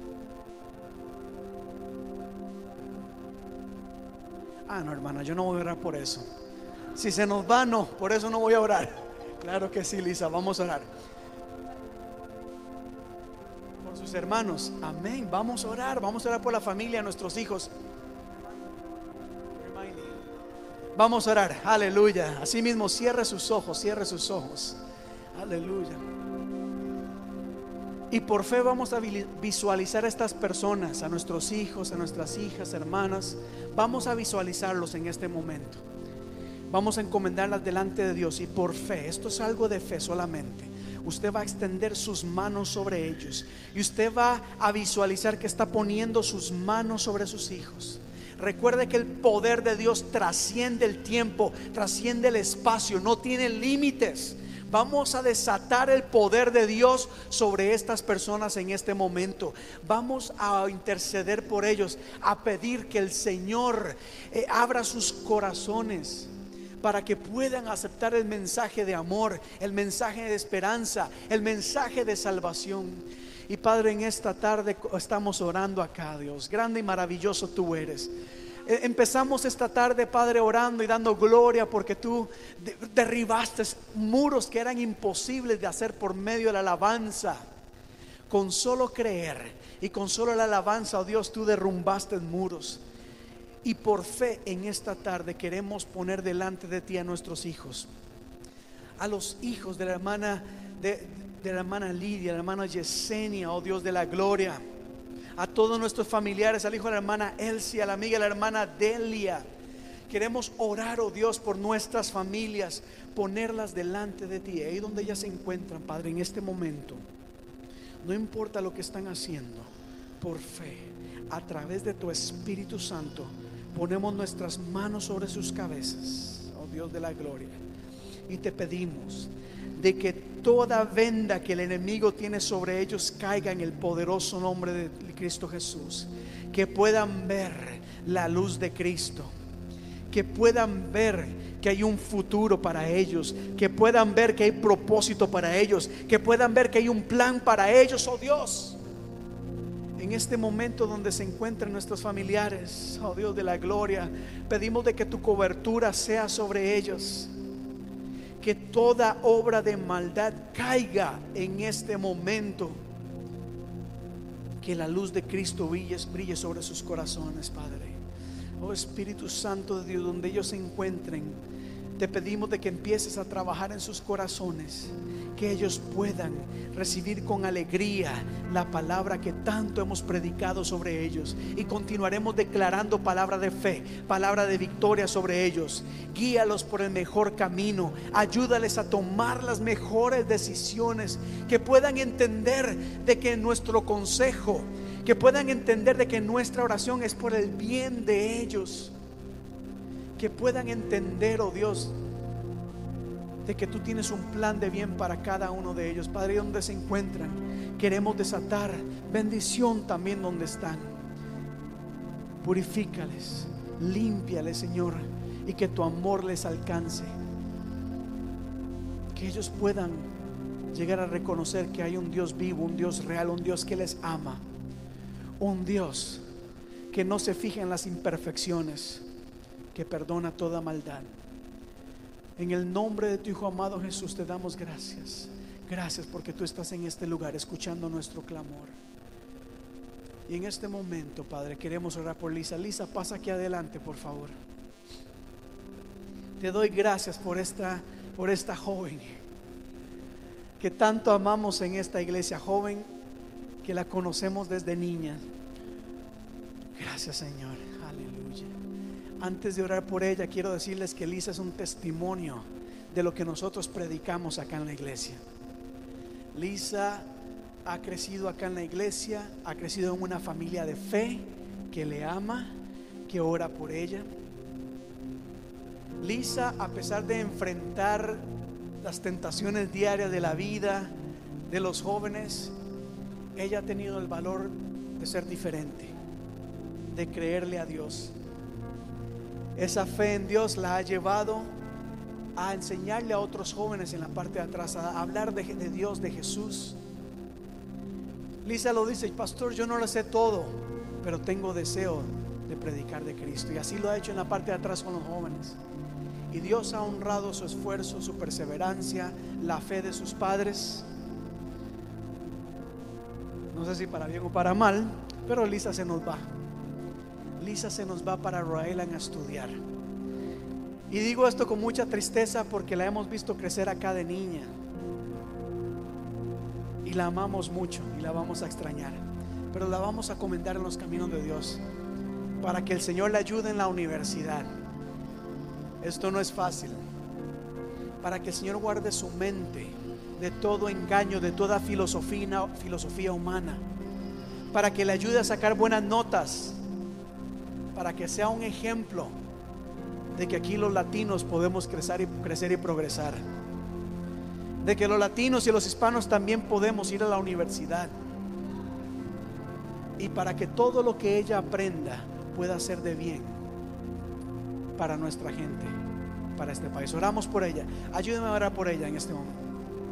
Ah, no, hermana, yo no voy a orar por eso. Si se nos va, no, por eso no voy a orar. Claro que sí, Lisa, vamos a orar por sus hermanos. Amén, vamos a orar. Vamos a orar por la familia, nuestros hijos. Vamos a orar, aleluya. Así mismo, cierre sus ojos, cierre sus ojos. Aleluya. Y por fe vamos a visualizar a estas personas, a nuestros hijos, a nuestras hijas, hermanas. Vamos a visualizarlos en este momento. Vamos a encomendarlas delante de Dios. Y por fe, esto es algo de fe solamente, usted va a extender sus manos sobre ellos. Y usted va a visualizar que está poniendo sus manos sobre sus hijos. Recuerde que el poder de Dios trasciende el tiempo, trasciende el espacio, no tiene límites. Vamos a desatar el poder de Dios sobre estas personas en este momento. Vamos a interceder por ellos, a pedir que el Señor eh, abra sus corazones para que puedan aceptar el mensaje de amor, el mensaje de esperanza, el mensaje de salvación. Y Padre, en esta tarde estamos orando acá, Dios, grande y maravilloso tú eres. Empezamos esta tarde, Padre, orando y dando gloria porque tú derribaste muros que eran imposibles de hacer por medio de la alabanza. Con solo creer y con solo la alabanza, oh Dios, tú derrumbaste muros. Y por fe en esta tarde queremos poner delante de ti a nuestros hijos, a los hijos de la hermana de, de la hermana Lidia, la hermana Yesenia, oh Dios de la gloria, a todos nuestros familiares, al hijo de la hermana Elsie, a la amiga de la hermana Delia. Queremos orar, oh Dios, por nuestras familias, ponerlas delante de ti, ahí donde ellas se encuentran, Padre, en este momento. No importa lo que están haciendo, por fe, a través de tu Espíritu Santo, ponemos nuestras manos sobre sus cabezas, oh Dios de la gloria, y te pedimos de que toda venda que el enemigo tiene sobre ellos caiga en el poderoso nombre de Cristo Jesús. Que puedan ver la luz de Cristo, que puedan ver que hay un futuro para ellos, que puedan ver que hay propósito para ellos, que puedan ver que hay un plan para ellos, oh Dios. En este momento donde se encuentran nuestros familiares, oh Dios de la gloria, pedimos de que tu cobertura sea sobre ellos, que toda obra de maldad caiga en este momento, que la luz de Cristo brille, brille sobre sus corazones, Padre. Oh Espíritu Santo de Dios, donde ellos se encuentren, te pedimos de que empieces a trabajar en sus corazones, que ellos puedan recibir con alegría la palabra que tanto hemos predicado sobre ellos, y continuaremos declarando palabra de fe, palabra de victoria sobre ellos. Guíalos por el mejor camino, ayúdales a tomar las mejores decisiones, que puedan entender de que nuestro consejo, que puedan entender de que nuestra oración es por el bien de ellos, que puedan entender, oh Dios, de que tú tienes un plan de bien para cada uno de ellos. Padre, donde se encuentran, queremos desatar bendición también donde están. Purifícales, límpiales, Señor, y que tu amor les alcance, que ellos puedan llegar a reconocer que hay un Dios vivo, un Dios real, un Dios que les ama, un Dios que no se fija en las imperfecciones, que perdona toda maldad. En el nombre de tu Hijo amado Jesús te damos gracias. Gracias porque tú estás en este lugar escuchando nuestro clamor. Y en este momento, Padre, queremos orar por Lisa. Lisa, pasa aquí adelante, por favor. Te doy gracias por esta, por esta joven que tanto amamos en esta iglesia, joven que la conocemos desde niña. Gracias, Señor. Aleluya. Antes de orar por ella, quiero decirles que Lisa es un testimonio de lo que nosotros predicamos acá en la iglesia. Lisa ha crecido acá en la iglesia, ha crecido en una familia de fe que le ama, que ora por ella. Lisa, a pesar de enfrentar las tentaciones diarias de la vida, de los jóvenes, ella ha tenido el valor de ser diferente, de creerle a Dios. Esa fe en Dios la ha llevado a enseñarle a otros jóvenes en la parte de atrás, a hablar de, de Dios, de Jesús. Lisa lo dice: pastor, yo no lo sé todo, pero tengo deseo de predicar de Cristo. Y así lo ha hecho en la parte de atrás con los jóvenes. Y Dios ha honrado su esfuerzo, su perseverancia, la fe de sus padres. No sé si para bien o para mal, pero Lisa se nos va. Lisa se nos va para Rhode Island a estudiar. Y digo esto con mucha tristeza porque la hemos visto crecer acá de niña. Y la amamos mucho y la vamos a extrañar. Pero la vamos a comentar en los caminos de Dios, para que el Señor le ayude en la universidad. Esto no es fácil. Para que el Señor guarde su mente de todo engaño, de toda filosofía, filosofía humana. Para que le ayude a sacar buenas notas. Para que sea un ejemplo de que aquí los latinos podemos crecer y, crecer y progresar. De que los latinos y los hispanos también podemos ir a la universidad. Y para que todo lo que ella aprenda pueda ser de bien para nuestra gente, para este país. Oramos por ella. Ayúdame a orar por ella en este momento.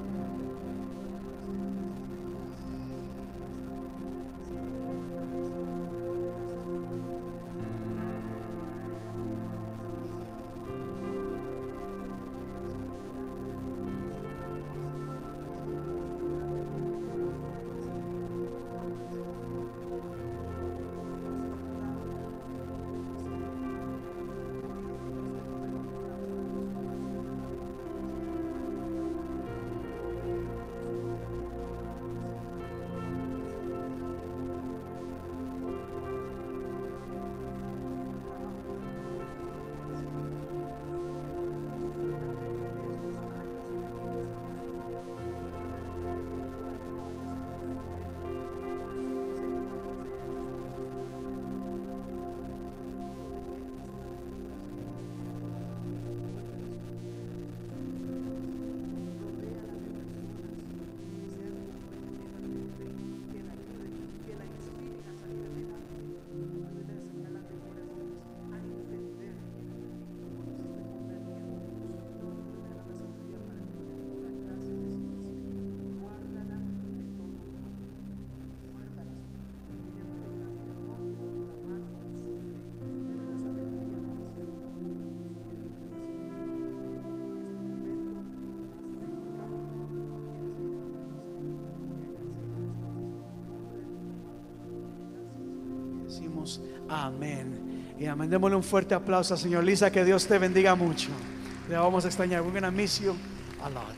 Decimos amén y amén. Démosle un fuerte aplauso al Señor. Lisa, que Dios te bendiga mucho. Te vamos a extrañar. We're gonna miss you a lot.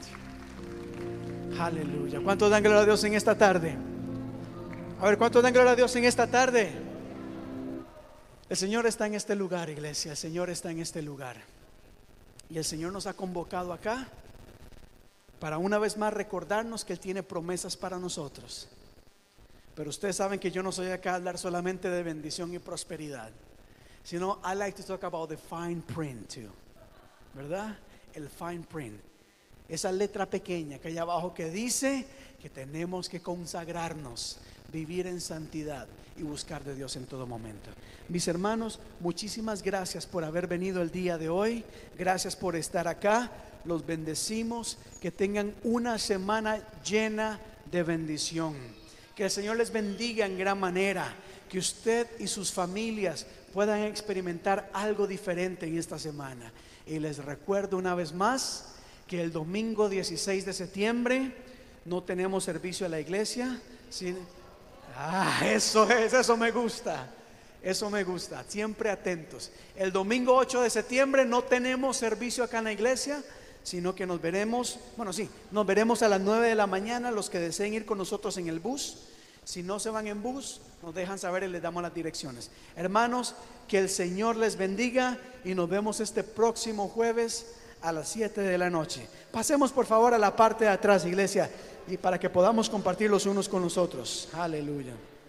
Aleluya. ¿Cuántos dan gloria a Dios en esta tarde? A ver, ¿cuántos dan gloria a Dios en esta tarde? El Señor está en este lugar, iglesia. El Señor está en este lugar. Y el Señor nos ha convocado acá para una vez más recordarnos que Él tiene promesas para nosotros. Pero ustedes saben que yo no soy acá a hablar solamente de bendición y prosperidad, sino I like to talk about the fine print too, ¿verdad? El fine print, esa letra pequeña que hay abajo que dice que tenemos que consagrarnos, vivir en santidad y buscar de Dios en todo momento. Mis hermanos, muchísimas gracias por haber venido el día de hoy. Gracias por estar acá. Los bendecimos. Que tengan una semana llena de bendición. Que el Señor les bendiga en gran manera. Que usted y sus familias puedan experimentar algo diferente en esta semana. Y les recuerdo una vez más que el domingo dieciséis de septiembre no tenemos servicio a la iglesia. ¿Sí? Ah, eso es, eso me gusta. Eso me gusta, siempre atentos. El domingo ocho de septiembre no tenemos servicio acá en la iglesia, sino que nos veremos, bueno sí, nos veremos a las nueve de la mañana. Los que deseen ir con nosotros en el bus, si no se van en bus, nos dejan saber y les damos las direcciones. Hermanos, que el Señor les bendiga y nos vemos este próximo jueves a las siete de la noche. Pasemos por favor a la parte de atrás, iglesia, y para que podamos compartir los unos con los otros. Aleluya.